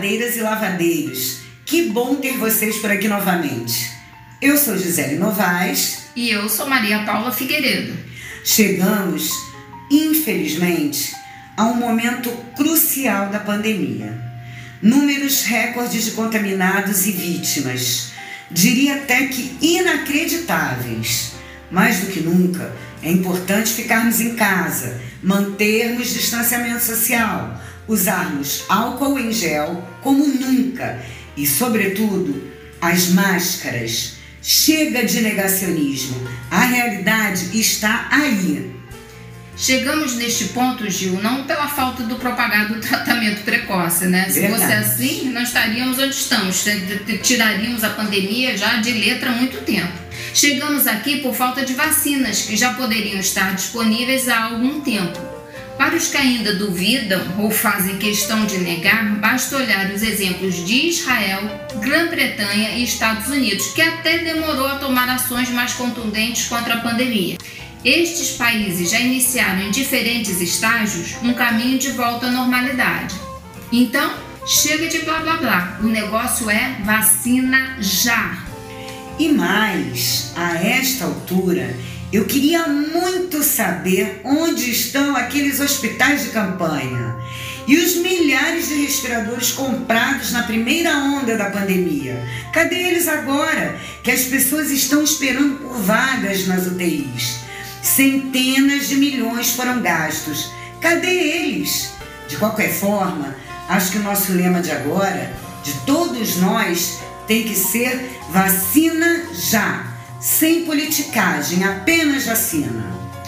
lavadeiras e lavadeiros, que bom ter vocês por aqui novamente. Eu sou Gisele Novaes. E eu sou Maria Paula Figueiredo. Chegamos, infelizmente, a um momento crucial da pandemia. Números recordes de contaminados e vítimas, diria até que inacreditáveis. Mais do que nunca, é importante ficarmos em casa, mantermos distanciamento social, usarmos álcool em gel como nunca e, sobretudo, as máscaras. Chega de negacionismo, a realidade está aí. Chegamos neste ponto, Gil, não pela falta do propagado tratamento precoce, né? Se fosse assim, não estaríamos onde estamos, tiraríamos a pandemia já de letra há muito tempo. Chegamos aqui por falta de vacinas, que já poderiam estar disponíveis há algum tempo. Para os que ainda duvidam ou fazem questão de negar, basta olhar os exemplos de Israel, Grã-Bretanha e Estados Unidos, que até demorou a tomar ações mais contundentes contra a pandemia. Estes países já iniciaram em diferentes estágios um caminho de volta à normalidade. Então, chega de blá blá blá, o negócio é vacina já! E mais, a esta altura, eu queria muito saber onde estão aqueles hospitais de campanha e os milhares de respiradores comprados na primeira onda da pandemia. Cadê eles agora, que as pessoas estão esperando por vagas nas UTIs? Centenas de milhões foram gastos. Cadê eles? De qualquer forma, acho que o nosso lema de agora, de todos nós, tem que ser vacina já. Sem politicagem, apenas vacina.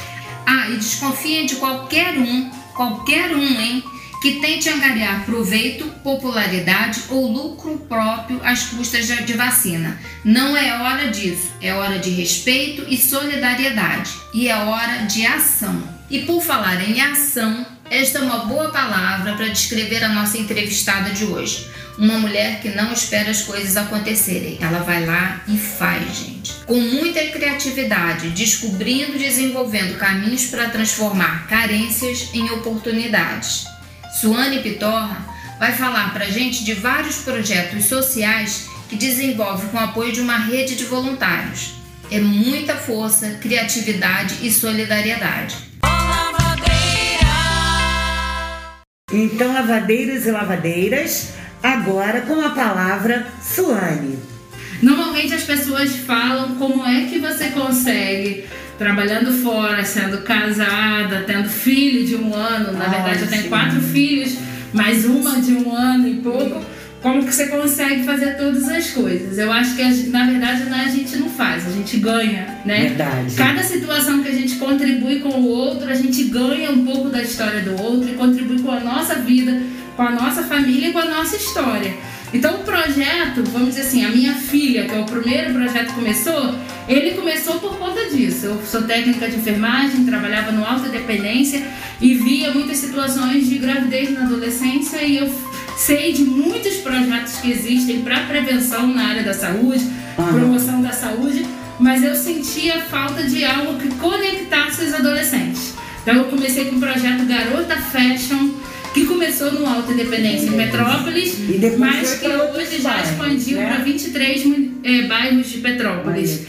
E desconfiem de qualquer um, hein, que tente angariar proveito, popularidade ou lucro próprio às custas de vacina. Não é hora disso, é hora de respeito e solidariedade. E é hora de ação. E por falar em ação, esta é uma boa palavra para descrever a nossa entrevistada de hoje. Uma mulher que não espera as coisas acontecerem. Ela vai lá e faz, gente. Com muita criatividade, descobrindo e desenvolvendo caminhos para transformar carências em oportunidades. Suane Pitorra vai falar para a gente de vários projetos sociais que desenvolve com o apoio de uma rede de voluntários. É muita força, criatividade e solidariedade. Então, lavadeiros e lavadeiras, agora com a palavra Suane. Normalmente as pessoas falam como é que você consegue, trabalhando fora, sendo casada, tendo filho de 1 ano, na verdade eu tenho 4 filhos, mais uma de 1 ano e pouco, como que você consegue fazer todas as coisas? Eu acho que na verdade a gente não faz, a gente ganha, né? Verdade. Cada situação que a gente contribui com o outro, a gente ganha um pouco da história do outro e contribui com a nossa vida, com a nossa família e com a nossa história. Então o projeto, vamos dizer assim, a minha filha, que é o primeiro projeto que começou, ele começou por conta disso. Eu sou técnica de enfermagem, trabalhava no Alta Dependência e via muitas situações de gravidez na adolescência e eu sei de muitos projetos que existem para prevenção na área da saúde, promoção da saúde, mas eu sentia falta de algo que conectasse os adolescentes. Então eu comecei com o projeto Garota Fashion, que começou no Alta Independência em Petrópolis, mas que hoje já expandiu para 23 bairros de Petrópolis.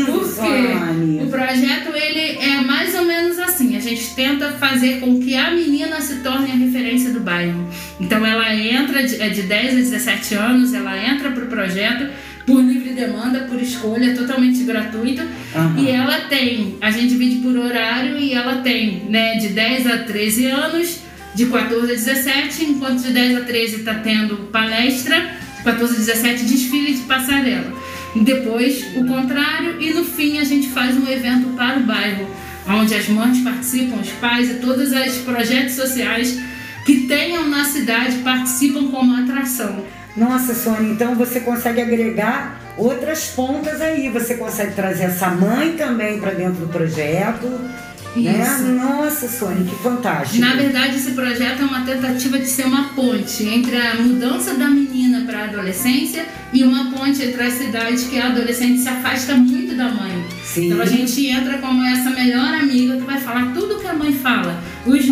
Porque o projeto ele é mais ou menos assim, a gente tenta fazer com que a menina se torne a referência do bairro. Então ela entra de 10 a 17 anos, ela entra para o projeto por livre demanda, por escolha, totalmente gratuita. E ela tem, a gente divide por horário e ela tem, né, de 10 a 13 anos, de 14 a 17, enquanto de 10 a 13 está tendo palestra, de 14 a 17 desfile de passarela. E depois o contrário, e no fim a gente faz um evento para o bairro, onde as mães participam, os pais e todos os projetos sociais que tenham na cidade participam como atração. Nossa, Sônia, então você consegue agregar outras pontas aí, você consegue trazer essa mãe também para dentro do projeto. Né? Nossa, Sônia, que fantástico. Na verdade, esse projeto é uma tentativa de ser uma ponte entre a mudança da menina para a adolescência e uma ponte entre a cidade, que a adolescente se afasta muito da mãe. Sim. Então a gente entra como essa melhor amiga que vai falar tudo que a mãe fala, os nudes,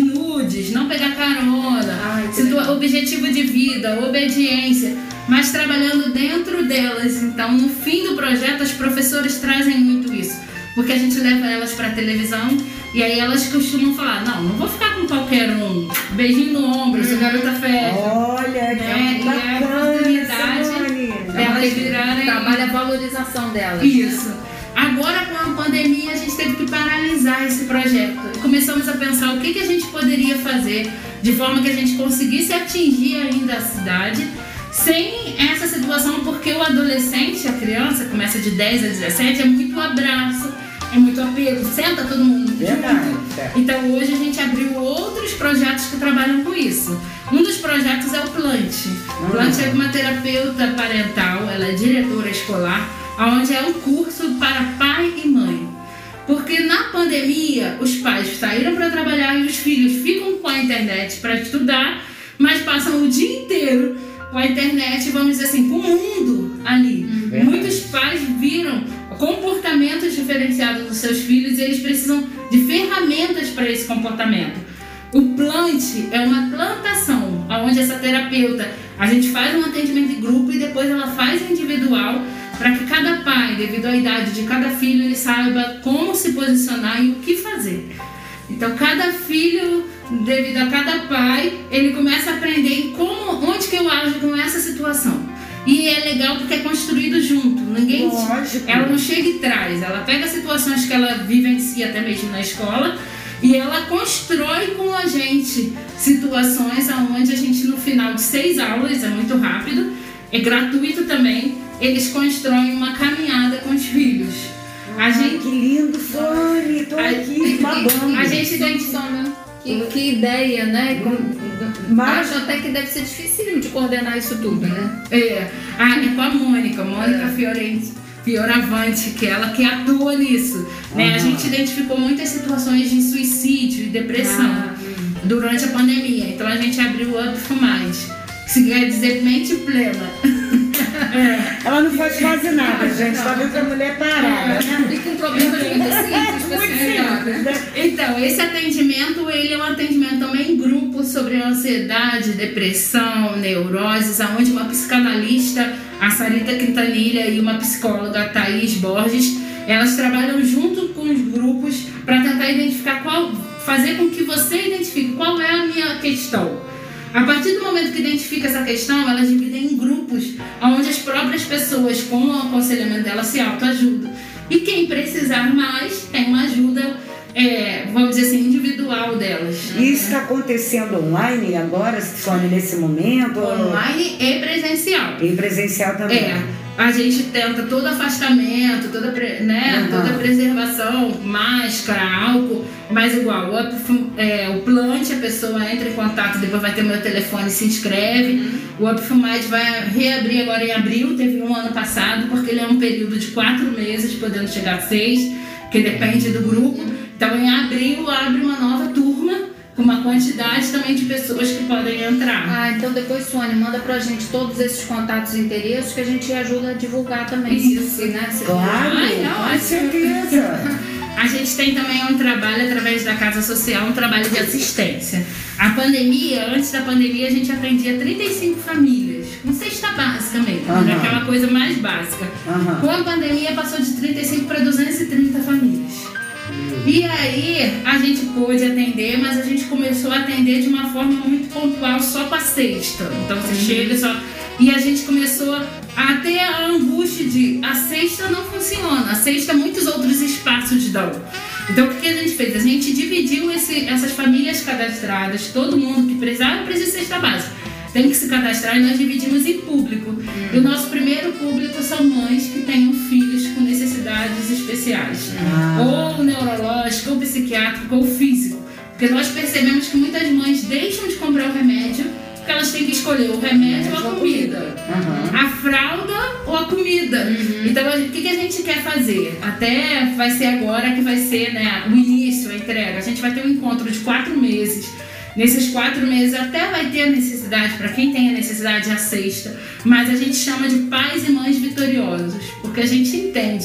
atitudes, não pegar carona, objetivo de vida, obediência, mas trabalhando dentro delas. Então, no fim do projeto, as professoras trazem muito isso, porque a gente leva elas para a televisão e aí elas costumam falar: não vou ficar com qualquer um, beijinho no ombro, sou garota festa. Olha, e é a oportunidade delas virarem. Trabalha a valorização delas. Isso. Agora, com a pandemia, a gente teve que paralisar esse projeto. Começamos a pensar o que a gente poderia fazer de forma que a gente conseguisse atingir ainda a cidade sem essa situação, porque o adolescente, a criança, começa de 10 a 17, é muito abraço, é muito apelo, senta todo mundo. Verdade. Então, hoje a gente abriu outros projetos que trabalham com isso. Um dos projetos é o Plant. O Plant é uma terapeuta parental, ela é diretora escolar, onde é um curso para pai e mãe. Porque na pandemia, os pais saíram para trabalhar e os filhos ficam com a internet para estudar, mas passam o dia inteiro com a internet, vamos dizer assim, com o mundo ali. Muitos pais viram comportamentos diferenciados dos seus filhos e eles precisam de ferramentas para esse comportamento. O Plant é uma plantação, onde essa terapeuta, a gente faz um atendimento de grupo e depois ela faz individual, para que cada pai, devido à idade de cada filho, ele saiba como se posicionar e o que fazer. Então, cada filho, devido a cada pai, ele começa a aprender onde que eu ajo com essa situação. E é legal porque é construído junto. Ela não chega e traz, ela pega situações que ela vivencia até mesmo na escola e ela constrói com a gente situações onde a gente, no final de 6 aulas, é muito rápido, é gratuito também, eles constroem uma caminhada com os filhos. Que lindo, Sônia, tô aqui babando. A gente tem que ideia, né? Acho até que deve ser difícil de coordenar isso tudo, né? É com a Mônica Fioravante, que ela que atua nisso. Né? A gente identificou muitas situações de suicídio e depressão durante a pandemia. Então a gente abriu o Up for Mind, que quer dizer mente plena. Ela não faz quase nada, gente. Tá vendo que a mulher parada. E com problemas muito simples. Então, esse atendimento, ele é um atendimento também em grupo sobre ansiedade, depressão, neuroses, onde uma psicanalista, a Sarita Quintanilha, e uma psicóloga, a Thaís Borges, elas trabalham junto com os grupos para tentar identificar fazer com que você identifique qual é a minha questão. A partir do momento que identifica essa questão, elas dividem em grupos, onde as próprias pessoas, com o aconselhamento delas, se autoajudam. E quem precisar mais, tem uma ajuda, vamos dizer assim, individual delas. Isso está acontecendo online agora, Sônia, nesse momento? Online e presencial. E presencial também. A gente tenta todo afastamento, toda preservação, máscara, álcool, mas igual, o Plant, a pessoa entra em contato, depois vai ter meu telefone, se inscreve. O Up for Mind vai reabrir agora em abril, teve um ano passado, porque ele é um período de 4 meses, podendo chegar a 6, que depende do grupo. Então em abril abre uma nova turma, com uma quantidade também de pessoas que podem entrar. Então depois, Sônia, manda pra gente todos esses contatos e interesses que a gente ajuda a divulgar também. Isso, né? Claro, com certeza. A gente tem também um trabalho através da Casa Social, um trabalho de assistência. Antes da pandemia, a gente atendia 35 famílias, com cesta básica mesmo, aquela coisa mais básica. Com a pandemia, passou de 35 para 230 famílias. E aí a gente pôde atender, mas a gente começou a atender de uma forma muito pontual, só com a cesta. Então você chega só... E a gente começou a ter a angústia de a cesta não funciona, a cesta muitos outros espaços dão. Então o que a gente fez? A gente dividiu essas famílias cadastradas, todo mundo que precisa de cesta básica tem que se cadastrar, e nós dividimos em público. E o nosso primeiro público são mães que tenham filhos com necessidades especiais, ou neurológico, ou psiquiátrico, ou físico. Porque nós percebemos que muitas mães deixam de comprar o remédio porque elas têm que escolher o remédio ou a comida, a fralda ou a comida. Então o que a gente quer fazer? Até vai ser agora que vai ser, né, o início, a entrega. A gente vai ter um encontro de 4 meses. Nesses 4 meses até vai ter a necessidade, para quem tem a necessidade, a cesta, mas a gente chama de pais e mães vitoriosos, porque a gente entende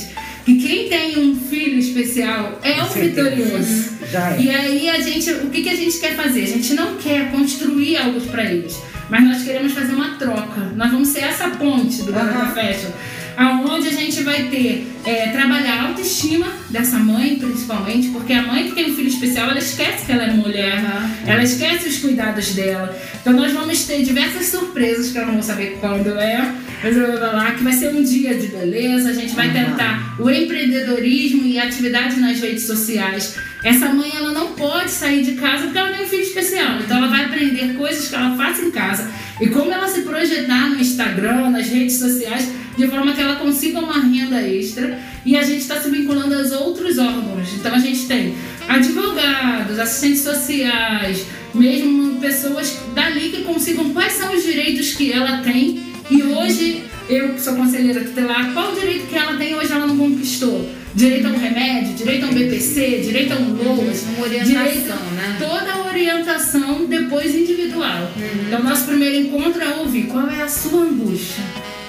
que quem tem um filho especial é um vitorioso. E aí o que a gente quer fazer? A gente não quer construir algo para eles, mas nós queremos fazer uma troca. Nós vamos ser essa ponte do Garota Fashion, aonde a gente vai ter, trabalhar a autoestima dessa mãe, principalmente, porque a mãe que tem um filho especial, ela esquece que ela é mulher, ela esquece os cuidados dela. Então nós vamos ter diversas surpresas, que eu não vou saber quando mas eu vou falar que vai ser um dia de beleza. A gente vai tentar o empreendedorismo e atividade nas redes sociais. Essa mãe, ela não pode sair de casa porque ela tem um filho especial, então ela vai aprender coisas que ela faz em casa e como ela se projetar no Instagram, nas redes sociais, de forma que ela consiga uma renda extra. E a gente está se vinculando aos outros órgãos. Então a gente tem advogados, assistentes sociais, mesmo pessoas dali que consigam quais são os direitos que ela tem. E hoje, eu que sou conselheira tutelar, qual o direito que ela tem hoje ela não conquistou? Direito a um remédio, direito a um BPC, direito a um LOAS, uma orientação, direito, né? Toda a orientação depois individual. Então, nosso primeiro encontro é ouvir qual é a sua angústia.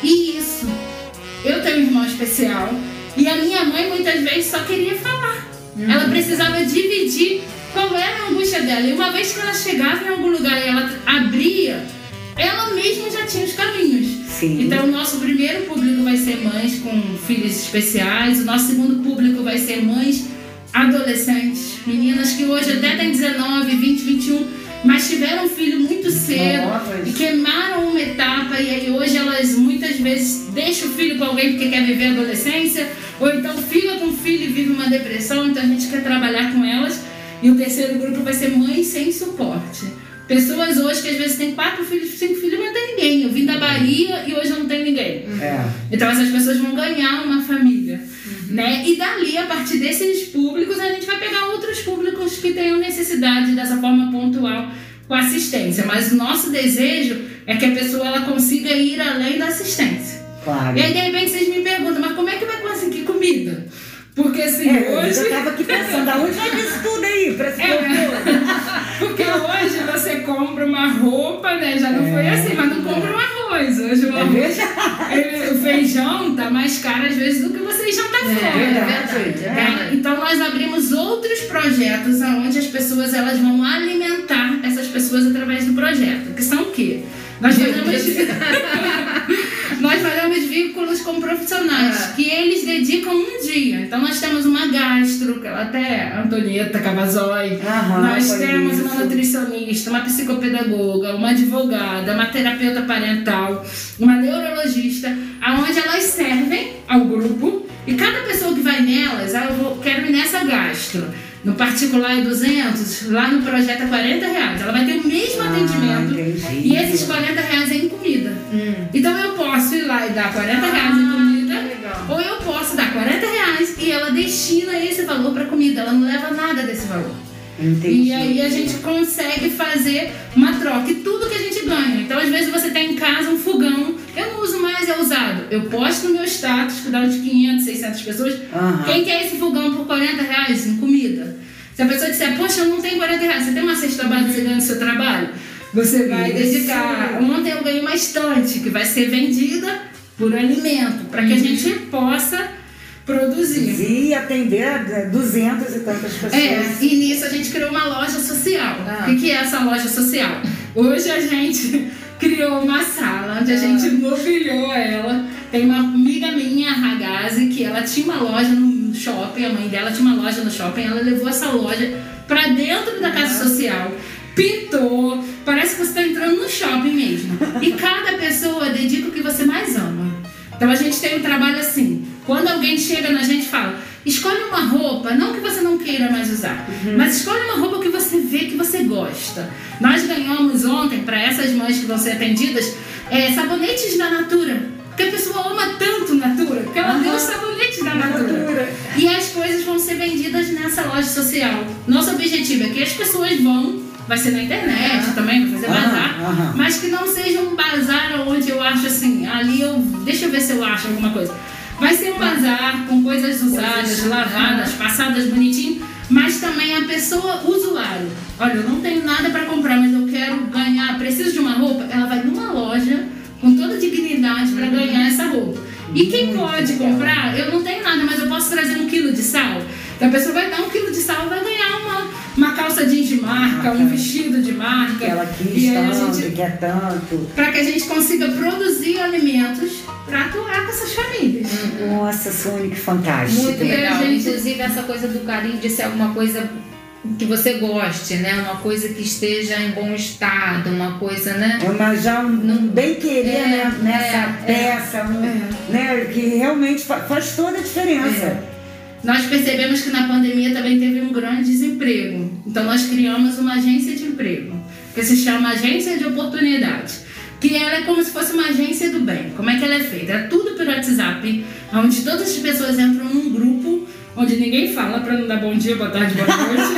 E isso, eu tenho um irmão especial e a minha mãe muitas vezes só queria falar. Ela precisava dividir qual era a angústia dela. E uma vez que ela chegava em algum lugar e ela abria, ela mesma já tinha os caminhos. Sim. Então o nosso primeiro público vai ser mães com filhos especiais, o nosso segundo público vai ser mães adolescentes, meninas que hoje até têm 19, 20, 21, mas tiveram um filho muito cedo e queimaram uma etapa, e aí hoje elas muitas vezes deixam o filho com alguém porque quer viver a adolescência, ou então fica com o filho e vive uma depressão. Então a gente quer trabalhar com elas. E o terceiro grupo vai ser mães sem suporte. Pessoas hoje que às vezes têm 4 filhos, 5 filhos, mas não tem ninguém. Eu vim da Bahia e hoje eu não tenho ninguém. Então essas pessoas vão ganhar uma família. Né? E dali, a partir desses públicos, a gente vai pegar outros públicos que tenham necessidade dessa forma pontual com assistência. Mas o nosso desejo é que a pessoa ela consiga ir além da assistência. Claro. E aí de repente vocês me perguntam, mas como é que vai conseguir comida? Porque assim, hoje... Eu tava aqui pensando, aonde vai isso tudo aí? Pra se Porque hoje você compra uma roupa, né? Já não foi assim, mas não compra um arroz. Hoje o feijão tá mais caro às vezes do que você jantar fora. Então nós abrimos outros projetos onde as pessoas elas vão alimentar essas pessoas através do projeto. Que são o quê? Nós fazemos vínculos com profissionais que eles dedicam um dia. Então nós temos uma gastro, que ela até Antonieta Cavazói, nós temos uma nutricionista, uma psicopedagoga, uma advogada, uma terapeuta parental, uma neurologista, aonde elas servem ao grupo e cada pessoa que vai nelas, eu quero ir nessa gastro. No particular é 200, lá no projeto é R$40. Ela vai ter o mesmo atendimento. E esses R$40 é em comida. Então eu posso ir lá e dar R$40 em comida, ou eu posso dar R$40 e ela destina esse valor para comida. Ela não leva nada desse valor. E aí a gente consegue fazer uma troca e tudo que a gente ganha. Então às vezes você tem em casa um fogão, eu não uso mais, é usado. Eu posto no meu status, que dá uns 500, 600 pessoas. Quem quer esse fogão por R$40 em comida? Se a pessoa disser, poxa, eu não tenho R$40, você tem uma cesta básica no seu trabalho? Você vai dedicar. Ontem eu ganhei uma estante que vai ser vendida por alimento, para que a gente possa produzir. E atender 200 e tantas pessoas. E nisso a gente criou uma loja social. O que é essa loja social? Hoje a gente criou uma sala onde a gente mobiliou ela. Tem uma amiga minha, a Ragazzi, que ela tinha uma loja no shopping, a mãe dela tinha uma loja no shopping, ela levou essa loja para dentro da casa social, pintou, parece que você está entrando no shopping mesmo. E cada pessoa dedica o que você mais ama. Então a gente tem um trabalho assim, quando alguém chega na gente e fala, escolhe uma roupa, não que você não queira mais usar, mas escolhe uma roupa que você vê que você gosta. Nós ganhamos ontem, para essas mães que vão ser atendidas, sabonetes da Natura. Porque a pessoa ama tanto Natura, que ela deu os sabonetes da Natura. E as coisas vão ser vendidas nessa loja social. Nosso objetivo é que as pessoas vai ser na internet também, vai fazer bazar, mas que não seja um bazar onde eu acho assim, deixa eu ver se eu acho alguma coisa. Vai ser um bazar com coisas usadas, lavadas, passadas bonitinho, mas também a pessoa usuário. Olha, eu não tenho nada para comprar, mas eu quero ganhar, preciso de uma roupa, ela vai numa loja com toda dignidade para ganhar essa roupa. E quem pode comprar, eu não tenho nada, mas eu posso trazer 1 quilo de sal. Então a pessoa vai dar 1 quilo de sal e vai ganhar uma calça jeans de marca, um vestido de marca. Que ela quis tanto, quer tanto. Para que a gente consiga produzir alimentos para atuar com essas famílias. Nossa, Sônia, que fantástico. Muito legal. Inclusive essa coisa do carinho de ser alguma coisa que você goste, né? Uma coisa que esteja em bom estado, uma coisa, né? Mas já um bem-querer nessa peça, né? Que realmente faz toda a diferença. Nós percebemos que na pandemia também teve um grande desemprego. Então nós criamos uma agência de emprego, que se chama Agência de Oportunidade. Que ela é como se fosse uma agência do bem. Como é que ela é feita? É tudo pelo WhatsApp, onde todas as pessoas entram num grupo, onde ninguém fala para não dar bom dia, boa tarde, boa noite.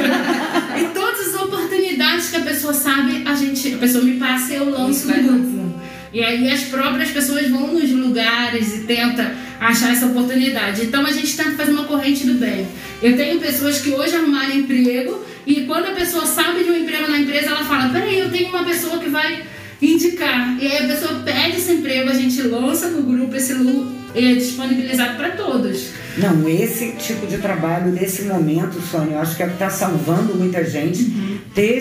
E todas as oportunidades que a pessoa sabe, a pessoa me passa e eu lanço no grupo. E aí as próprias pessoas vão nos lugares e tentam achar essa oportunidade. Então a gente tenta fazer uma corrente do bem. Eu tenho pessoas que hoje arrumaram emprego e quando a pessoa sabe de um emprego na empresa, ela fala, peraí, eu tenho uma pessoa que vai indicar. E aí a pessoa pede esse emprego, a gente lança no grupo, esse é disponibilizado para todos. Não, esse tipo de trabalho, nesse momento, Sônia, eu acho que é o que está salvando muita gente, ter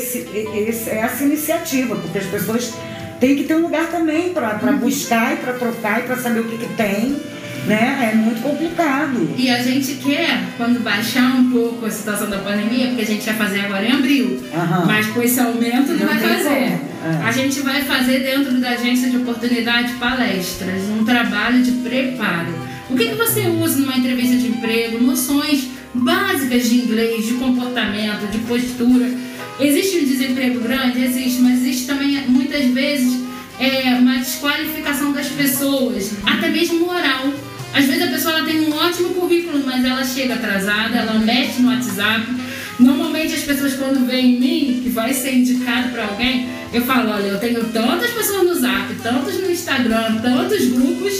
essa iniciativa, porque as pessoas têm que ter um lugar também para buscar e para trocar e para saber o que tem, né? É muito complicado. E a gente quer, quando baixar um pouco a situação da pandemia, porque a gente vai fazer agora em abril, mas com esse aumento não vai fazer. A gente vai fazer dentro da Agência de Oportunidade palestras, um trabalho de preparo. O que você usa numa entrevista de emprego? Noções básicas de inglês, de comportamento, de postura. Existe um desemprego grande? Existe, mas existe também muitas vezes uma desqualificação das pessoas, até mesmo moral. Às vezes a pessoa ela tem um ótimo currículo, mas ela chega atrasada, ela mete no WhatsApp. Normalmente as pessoas quando veem em mim, que vai ser indicado para alguém, eu falo, olha, eu tenho tantas pessoas no Zap, tantos no Instagram, tantos grupos,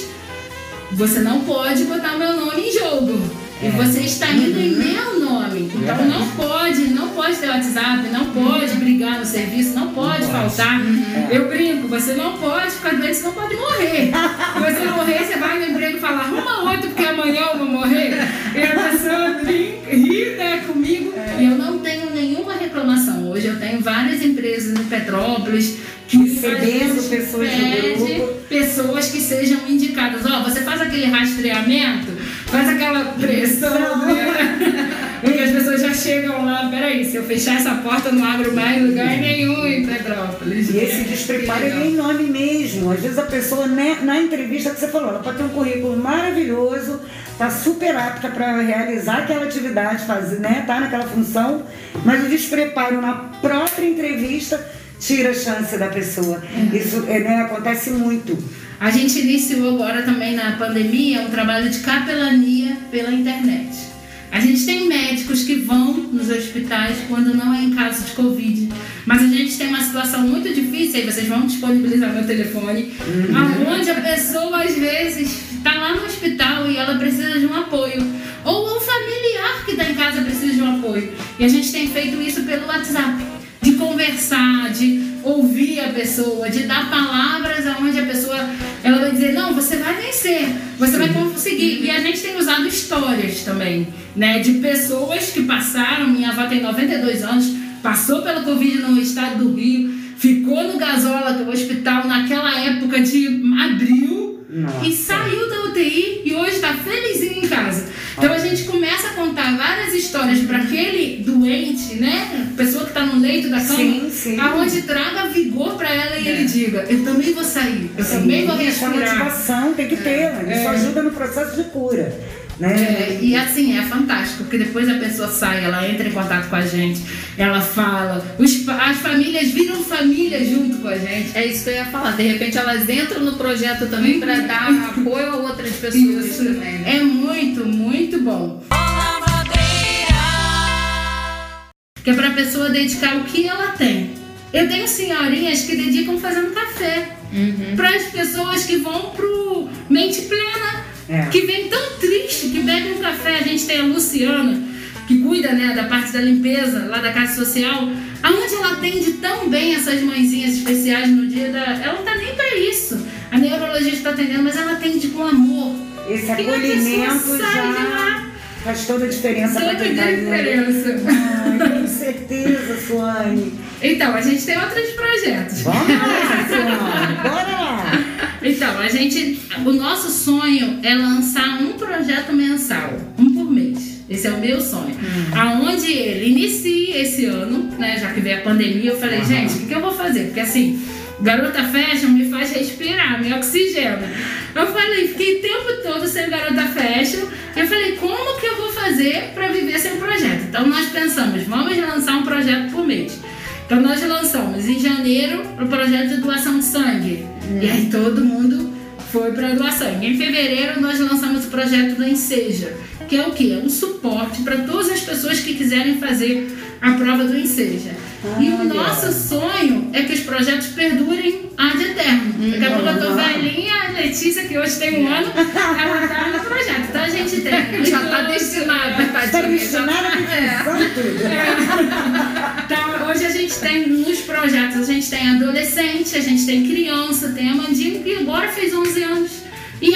você não pode botar o meu nome em jogo. E você está indo em meu nome. Então não pode ter WhatsApp, não pode brigar no serviço, não pode faltar. Eu brinco, você não pode ficar doente, você não pode morrer. Se você morrer, você vai no emprego e fala, arruma outro, porque amanhã eu vou morrer. E a pessoa ri, né, comigo. E eu não tenho nenhuma reclamação. Hoje eu tenho várias empresas em Petrópolis que recebendo pessoas do grupo, pessoas que sejam indicadas. Você faz aquele rastreamento, faz aquela pressão, né? Porque as pessoas já chegam lá, peraí, se eu fechar essa porta não abro mais lugar nenhum em Petrópolis. E esse despreparo é enorme mesmo. Às vezes a pessoa, né, na entrevista que você falou, ela pode ter um currículo maravilhoso, está super apta para realizar aquela atividade, fazer, né, tá naquela função, mas o despreparo na própria entrevista tira a chance da pessoa. Isso acontece muito. A gente iniciou agora também na pandemia um trabalho de capelania pela internet. A gente tem médicos que vão nos hospitais quando não é em caso de Covid, mas a gente tem uma situação muito difícil, aí vocês vão disponibilizar meu telefone, onde a pessoa às vezes está lá no hospital e ela precisa de um apoio, ou o familiar que está em casa precisa de um apoio. E a gente tem feito isso pelo WhatsApp, de conversar, de ouvir a pessoa, de dar palavras aonde a pessoa ela vai dizer, não, você vai vencer, você vai conseguir. E a gente tem usado histórias também, né, de pessoas que passaram, minha avó tem 92 anos, passou pelo Covid no estado do Rio, ficou no Gasola, que é o hospital, naquela época de abril, e saiu da UTI e hoje está felizinho em casa. Então a gente começa a contar várias histórias para aquele doente, né? Pessoa que está no leito da cama, aonde traga vigor para ela e ele diga, eu também vou sair, eu também vou respirar. Essa motivação tem que ter, isso ajuda no processo de cura. Né? E assim, é fantástico, porque depois a pessoa sai, ela entra em contato com a gente, ela fala, as famílias viram família junto com a gente. É isso que eu ia falar, de repente elas entram no projeto também para dar apoio a outras pessoas isso também, né? É muito, muito bom. Que é para a pessoa dedicar o que ela tem. Eu tenho senhorinhas que dedicam fazendo café para as pessoas que vão pro Mente Plena. Que vem tão triste, que bebe um café. A gente tem a Luciana, que cuida, né, da parte da limpeza lá da Casa Social, aonde ela atende tão bem essas mãezinhas especiais no dia da... Ela não tá nem pra isso. a neurologista está atendendo, mas ela atende com amor. Esse acolhimento já faz toda a diferença para quem está ali. Com certeza, Suane. Então, a gente tem outros projetos. Vamos lá, Suane, bora lá. Então, o nosso sonho é lançar um projeto mensal, um por mês. Esse é o meu sonho. Aonde ele inicia esse ano, né? Já que veio a pandemia, eu falei, gente, o que eu vou fazer? Porque assim, Garota Fashion me faz respirar, me oxigena. Eu falei, fiquei o tempo todo sem Garota Fashion. Eu falei, como que eu vou fazer para viver sem projeto? Então nós pensamos, vamos lançar um projeto por mês. Então nós lançamos em janeiro o projeto de doação de sangue. E aí todo mundo foi para doar sangue. Em fevereiro nós lançamos o projeto do Enseja, que é o quê? É um suporte para todas as pessoas que quiserem fazer a prova do Enseja. E o nosso sonho é que os projetos perdurem ad eterno. Daqui a pouco eu tô velhinha, a Letícia, que hoje tem 1 ano, ela tá no projeto. Então a gente tem... Já tá destinada, Está destinada a tudo. Então hoje a gente tem nos projetos, a gente tem adolescente, a gente tem criança, tem a Mandinha, que agora fez 11 anos. E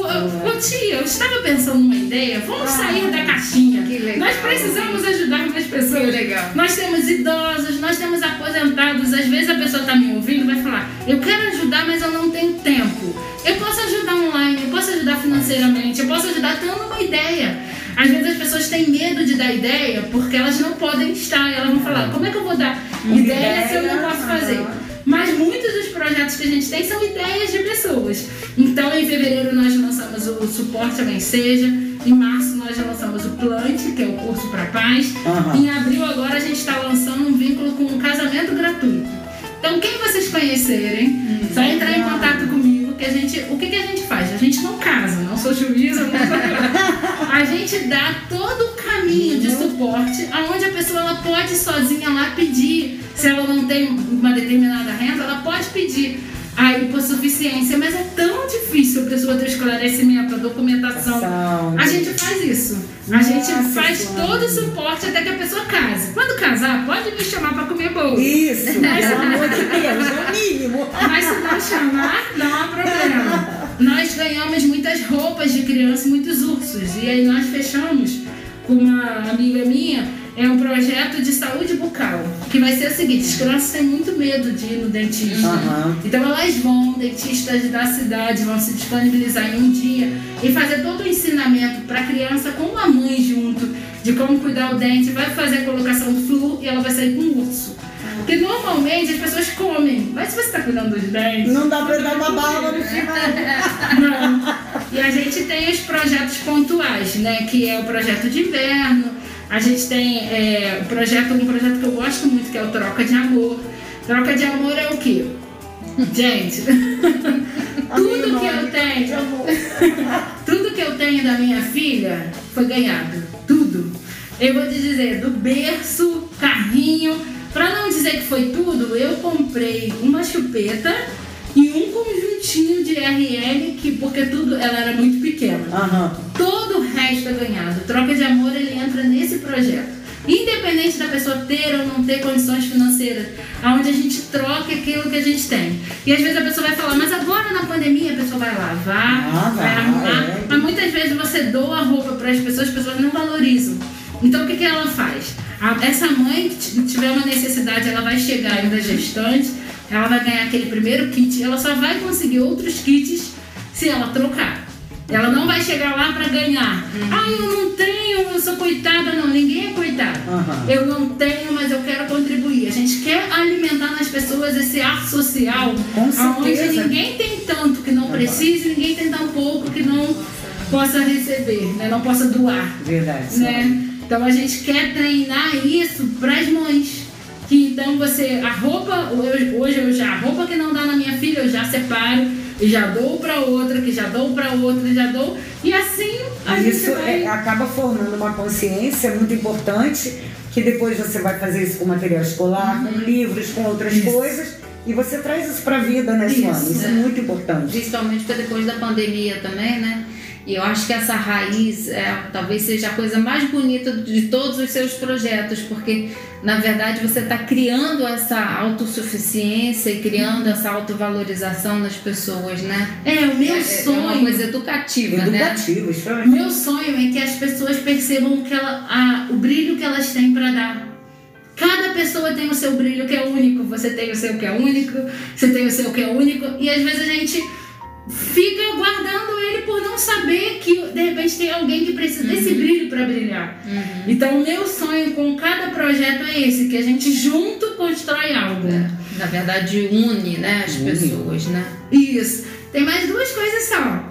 tia, eu estava pensando numa ideia, vamos sair da caixinha. Que legal. Nós precisamos ajudar mais pessoas. Que legal. Nós temos idosos, nós temos aposentados. Às vezes a pessoa está me ouvindo e vai falar, eu quero ajudar, mas eu não tenho tempo. Eu posso ajudar online, eu posso ajudar financeiramente, eu posso ajudar dando uma ideia. Às vezes as pessoas têm medo de dar ideia porque elas não podem estar. Elas vão falar, como é que eu vou dar ideia se eu não posso fazer? Mas muitos dos projetos que a gente tem são ideias de pessoas. Então, em fevereiro, nós lançamos o Suporte ao Enseja. Em março, nós lançamos o Plante, que é o curso para pais. Em abril, agora, a gente está lançando um vínculo com um casamento gratuito. Então, quem vocês conhecerem, só entrar em contato comigo, que o que a gente faz? A gente não casa, não sou juíza, não sou... A gente dá todo o caminho de suporte, aonde a pessoa ela pode sozinha lá pedir. Se ela não tem uma determinada renda, ela pode pedir a hipossuficiência, mas é tão difícil a pessoa ter esclarecimento, a documentação. A gente faz isso. A gente faz todo o suporte até que a pessoa case. Quando casar, pode me chamar para comer bolo. Isso, pelo amor de Deus, é o mínimo. Mas se não chamar, não há problema. Nós ganhamos muitas roupas de criança, muitos ursos. E aí nós fechamos com uma amiga minha, é um projeto de saúde bucal, que vai ser o seguinte, as crianças têm muito medo de ir no dentista. Então elas vão, dentistas da cidade vão se disponibilizar em um dia e fazer todo o ensinamento para a criança com a mãe junto, de como cuidar o dente, vai fazer a colocação do flu e ela vai sair com um urso. Porque normalmente as pessoas comem, mas se você está cuidando dos dentes... Não dá para dar uma bala no final. Não. E a gente tem os projetos pontuais, né, que é o projeto de inverno. A gente tem um projeto que eu gosto muito, que é o Troca de Amor. Troca de Amor é o quê? Gente, tudo que eu tenho da minha filha foi ganhado. Tudo. Eu vou te dizer, do berço, carrinho. Pra não dizer que foi tudo, eu comprei uma chupeta e um conjuntinho de RL, porque ela era muito pequena. Todo o resto é ganhado. Troca de Amor, ele entra nesse projeto. Independente da pessoa ter ou não ter condições financeiras, onde a gente troca aquilo que a gente tem. E às vezes a pessoa vai falar, mas agora na pandemia a pessoa vai lavar, vai arrumar. Mas muitas vezes você doa a roupa para as pessoas não valorizam. Então o que ela faz? Essa mãe que tiver uma necessidade, ela vai chegar ainda gestante, ela vai ganhar aquele primeiro kit, ela só vai conseguir outros kits se ela trocar. Ela não vai chegar lá para ganhar. Eu não tenho, eu sou coitada. Não, ninguém é coitado. Eu não tenho, mas eu quero contribuir. A gente quer alimentar nas pessoas esse ar social, onde ninguém tem tanto que não precise, ninguém tem tão pouco que não possa receber, né? Não possa doar. Verdade. Né? Então a gente quer treinar isso para as mães. Que então a roupa, hoje a roupa que não dá na minha filha, eu já separo e já dou para outra, que já dou para outra, e já dou. E assim isso acaba formando uma consciência muito importante, que depois você vai fazer isso com material escolar, com livros, com outras coisas, e você traz isso para a vida, né, Suane? Isso é muito importante. Principalmente porque depois da pandemia também, né? E eu acho que essa raiz talvez seja a coisa mais bonita de todos os seus projetos, porque na verdade você está criando essa autossuficiência e criando essa autovalorização nas pessoas, né? O meu sonho... É uma coisa educativa, né? O meu sonho é que as pessoas percebam que o brilho que elas têm para dar. Cada pessoa tem o seu brilho que é único, você tem o seu que é único, você tem o seu que é único, e às vezes a gente fica guardando ele por não saber que de repente tem alguém que precisa desse brilho para brilhar. Então o meu sonho com cada projeto é esse, que a gente junto constrói algo. Na verdade une, né, as pessoas, né? Isso. Tem mais duas coisas só.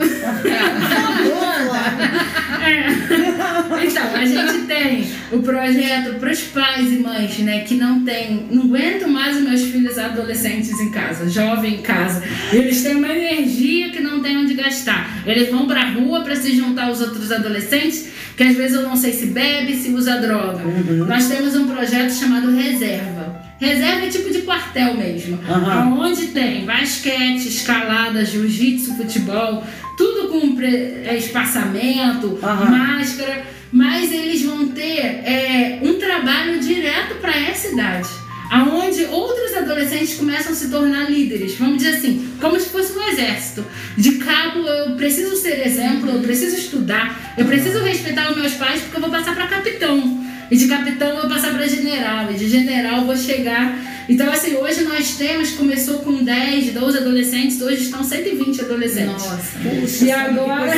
Então, a gente tem o projeto para os pais e mães, né, que não aguento mais os meus filhos adolescentes em casa, jovem em casa. Eles têm uma energia que não tem onde gastar. Eles vão pra rua para se juntar aos outros adolescentes, que às vezes eu não sei se bebe, se usa droga. Nós temos um projeto chamado Reserva. Reserva é tipo de quartel mesmo, onde tem basquete, escalada, jiu-jitsu, futebol, tudo com espaçamento, máscara, mas eles vão ter um trabalho direto para essa idade, aonde outros adolescentes começam a se tornar líderes, vamos dizer assim, como se fosse um exército. De cabo eu preciso ser exemplo, eu preciso estudar, eu preciso respeitar os meus pais porque eu vou passar para capitão. E de capitão eu vou passar para general, e de general eu vou chegar. Então, assim, hoje nós começou com 10, 12 adolescentes, hoje estão 120 adolescentes. Nossa, puxa, e agora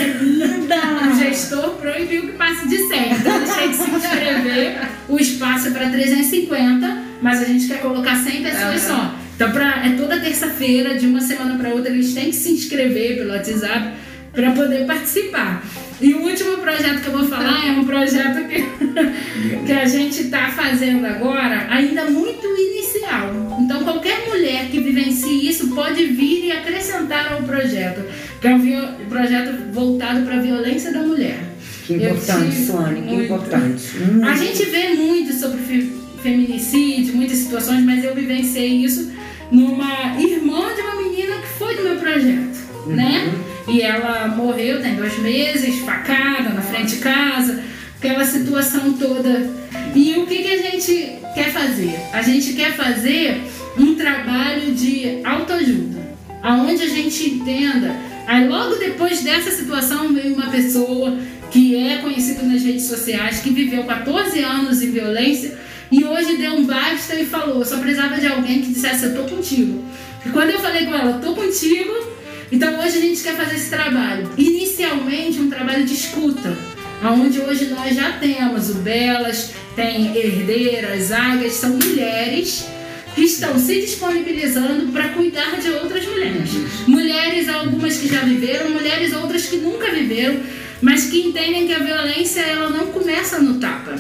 o gestor proibiu que passe de 100. Então, eles têm que se inscrever, o espaço é para 350, mas a gente quer colocar 100 pessoas só. Então, toda terça-feira, de uma semana para outra, eles têm que se inscrever pelo WhatsApp para poder participar. E o último projeto que eu vou falar é um projeto que a gente está fazendo agora, ainda muito inicial. Então, qualquer mulher que vivencie isso pode vir e acrescentar ao projeto, que é um projeto voltado para a violência da mulher. Que importante, Suane, que importante. A gente vê muito sobre feminicídio, muitas situações, mas eu vivenciei isso numa irmã de uma menina que foi do meu projeto, né? E ela morreu, tem 2 meses, facada na frente de casa, aquela situação toda. E o que a gente quer fazer? A gente quer fazer um trabalho de autoajuda, aonde a gente entenda. Aí logo depois dessa situação veio uma pessoa que é conhecida nas redes sociais, que viveu 14 anos em violência e hoje deu um basta e falou, só precisava de alguém que dissesse, eu tô contigo. E quando eu falei com ela, tô contigo, então hoje a gente quer fazer esse trabalho. Inicialmente um trabalho de escuta, onde hoje nós já temos o Belas, tem Herdeiras, Águias, são mulheres que estão se disponibilizando para cuidar de outras mulheres. Mulheres, algumas que já viveram, mulheres outras que nunca viveram, mas que entendem que a violência ela não começa no tapa.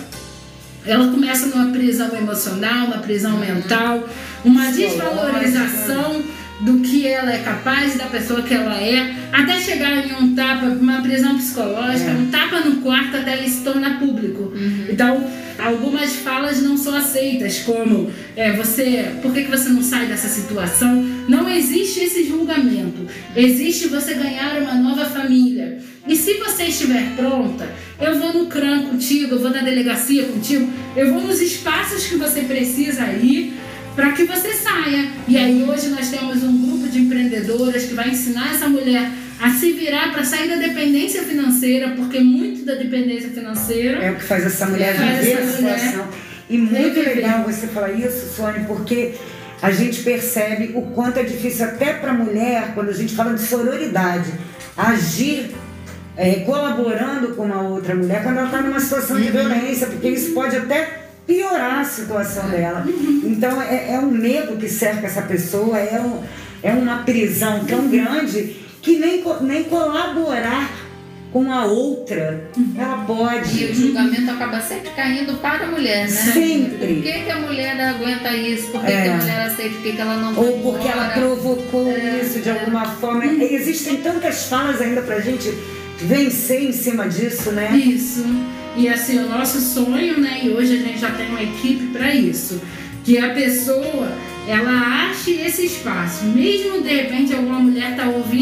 Ela começa numa prisão emocional, uma prisão mental, uma desvalorização do que ela é capaz, da pessoa que ela é, até chegar em um tapa, uma prisão psicológica, um tapa no quarto até ele se tornar público. Então, algumas falas não são aceitas, como por que você não sai dessa situação? Não existe esse julgamento, existe você ganhar uma nova família. E se você estiver pronta, eu vou no CRAM contigo, eu vou na delegacia contigo, eu vou nos espaços que você precisa ir, para que você saia. E aí hoje nós temos um grupo de empreendedoras que vai ensinar essa mulher a se virar para sair da dependência financeira, porque muito da dependência financeira é o que faz essa mulher viver a situação. E muito legal você falar isso, Suane, porque a gente percebe o quanto é difícil até para a mulher, quando a gente fala de sororidade, agir colaborando com uma outra mulher quando ela está numa situação de violência, porque isso pode até piorar a situação dela. Então é um medo que cerca essa pessoa, é uma prisão tão grande que nem colaborar com a outra ela pode. E o julgamento acaba sempre caindo para a mulher, né? Sempre. Por que a mulher não aguenta isso? Por que a mulher aceita? Por que ela não vai Ou porque embora? ela provocou isso de alguma forma. Existem tantas falas ainda pra gente vencer em cima disso, né? Isso. E assim, o nosso sonho, né? E hoje a gente já tem uma equipe para isso. Que a pessoa, ela ache esse espaço. Mesmo de repente alguma mulher tá ouvindo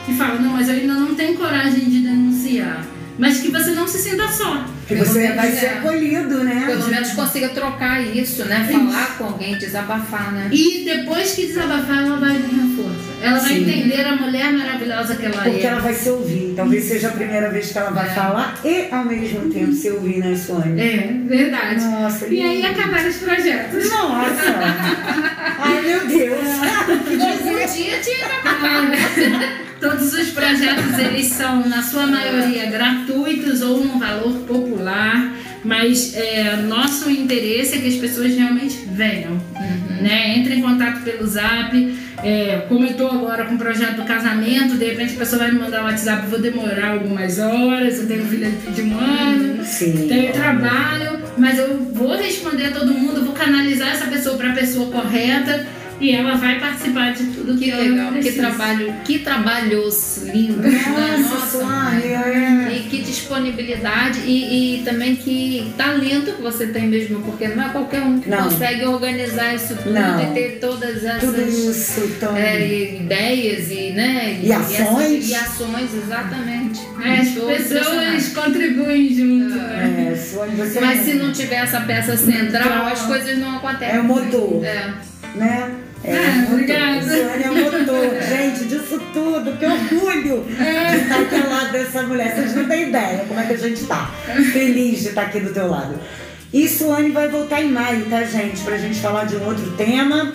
que fala, não, mas eu ainda não tenho coragem de denunciar. Mas que você não se sinta só. Que você vai ser acolhido, né? Pelo menos consiga trocar isso, né? Falar com alguém, desabafar, né? E depois que desabafar, ela vai ganhar força. Ela vai entender a mulher maravilhosa que ela é. Porque ela vai se ouvir. Talvez seja a primeira vez que ela vai falar e, ao mesmo tempo, se ouvir, né, Suane? É, verdade. Nossa, e aí acabaram os projetos. Nossa! Ai, meu Deus! Um dia tinha que acabar. Todos os projetos, eles são, na sua maioria, gratuitos ou num valor popular, mas nosso interesse é que as pessoas realmente venham, né? Entre em contato pelo Zap, como eu estou agora com o projeto do casamento, de repente a pessoa vai me mandar um WhatsApp, vou demorar algumas horas, eu tenho filha de 1 ano, tenho trabalho, mas eu vou responder a todo mundo, vou canalizar essa pessoa para a pessoa correta, e ela vai participar de tudo que legal, ela precisa. Que trabalhos lindos, né? Nossa, e que disponibilidade e também que talento que você tem mesmo, porque não é qualquer um que consegue organizar isso tudo e ter todas essas ideias e ações, exatamente. As pessoas contribuem junto. Mas se não tiver essa peça central, as coisas não acontecem. É o motor. Né? Obrigada. Suane é o motor, gente, disso tudo, que orgulho de estar aqui ao lado dessa mulher. Vocês não têm ideia como é que a gente tá feliz de estar aqui do teu lado. E Suane vai voltar em maio, tá, gente? Pra gente falar de um outro tema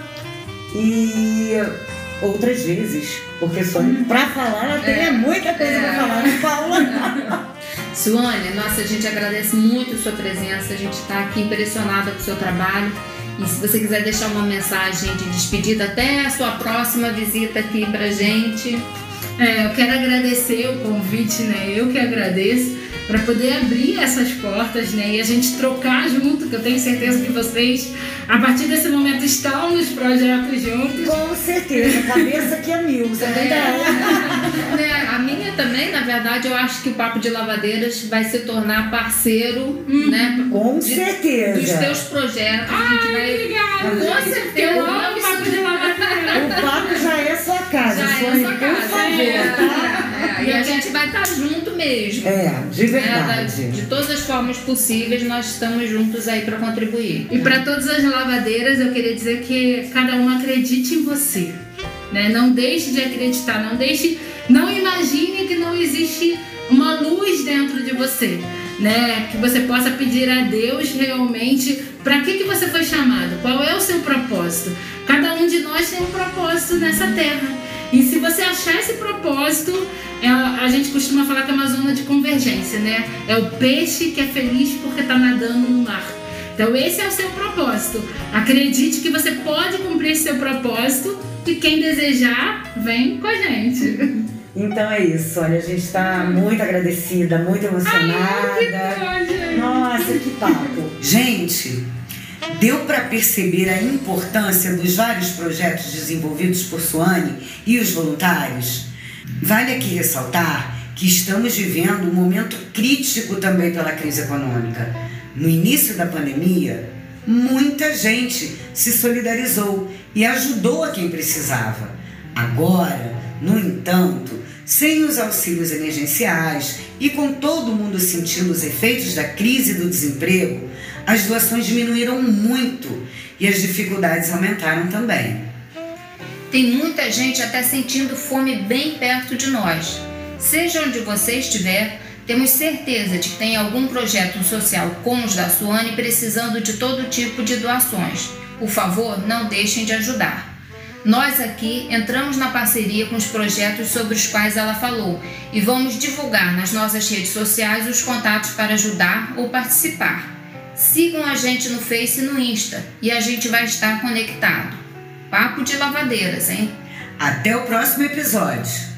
e outras vezes. Porque Suane, pra falar, ela tem muita coisa pra falar, né, Paula? Suane, nossa, a gente agradece muito a sua presença, a gente tá aqui impressionada com o seu trabalho. E se você quiser deixar uma mensagem de despedida até a sua próxima visita aqui pra gente. Eu quero agradecer o convite, né? Eu que agradeço para poder abrir essas portas, né? E a gente trocar junto, que eu tenho certeza que vocês, a partir desse momento, estão nos projetos juntos. Com certeza, cabeça que é mil, você tem ideia. A minha também, na verdade, eu acho que o Papo de Lavadeiras vai se tornar parceiro, né? Com certeza. Dos teus projetos. Obrigada. Com certeza. Eu amo o Papo de Lavadeira. O papo já é sua casa, Suane, por favor, tá? E a gente vai estar junto mesmo. De verdade. De todas as formas possíveis, nós estamos juntos aí para contribuir. E para todas as lavadeiras, eu queria dizer que cada uma acredite em você, né? Não deixe de acreditar, não imagine que não existe uma luz dentro de você, né? Que você possa pedir a Deus realmente para que você foi chamado, qual é o seu propósito. Cada um de nós tem um propósito nessa terra. E se você achar esse propósito, a gente costuma falar que é uma zona de convergência, né? É o peixe que é feliz porque está nadando no mar. Então esse é o seu propósito. Acredite que você pode cumprir esse seu propósito e quem desejar, vem com a gente. Então é isso, olha, a gente está muito agradecida, muito emocionada. Nossa, que papo. Gente, deu para perceber a importância dos vários projetos desenvolvidos por Suane e os voluntários? Vale aqui ressaltar que estamos vivendo um momento crítico também pela crise econômica. No início da pandemia, muita gente se solidarizou e ajudou a quem precisava. Agora, no entanto, sem os auxílios emergenciais e com todo mundo sentindo os efeitos da crise do desemprego, as doações diminuíram muito e as dificuldades aumentaram também. Tem muita gente até sentindo fome bem perto de nós. Seja onde você estiver, temos certeza de que tem algum projeto social como os da Suane precisando de todo tipo de doações. Por favor, não deixem de ajudar. Nós aqui entramos na parceria com os projetos sobre os quais ela falou e vamos divulgar nas nossas redes sociais os contatos para ajudar ou participar. Sigam a gente no Face e no Insta e a gente vai estar conectado. Papo de Lavadeiras, hein? Até o próximo episódio.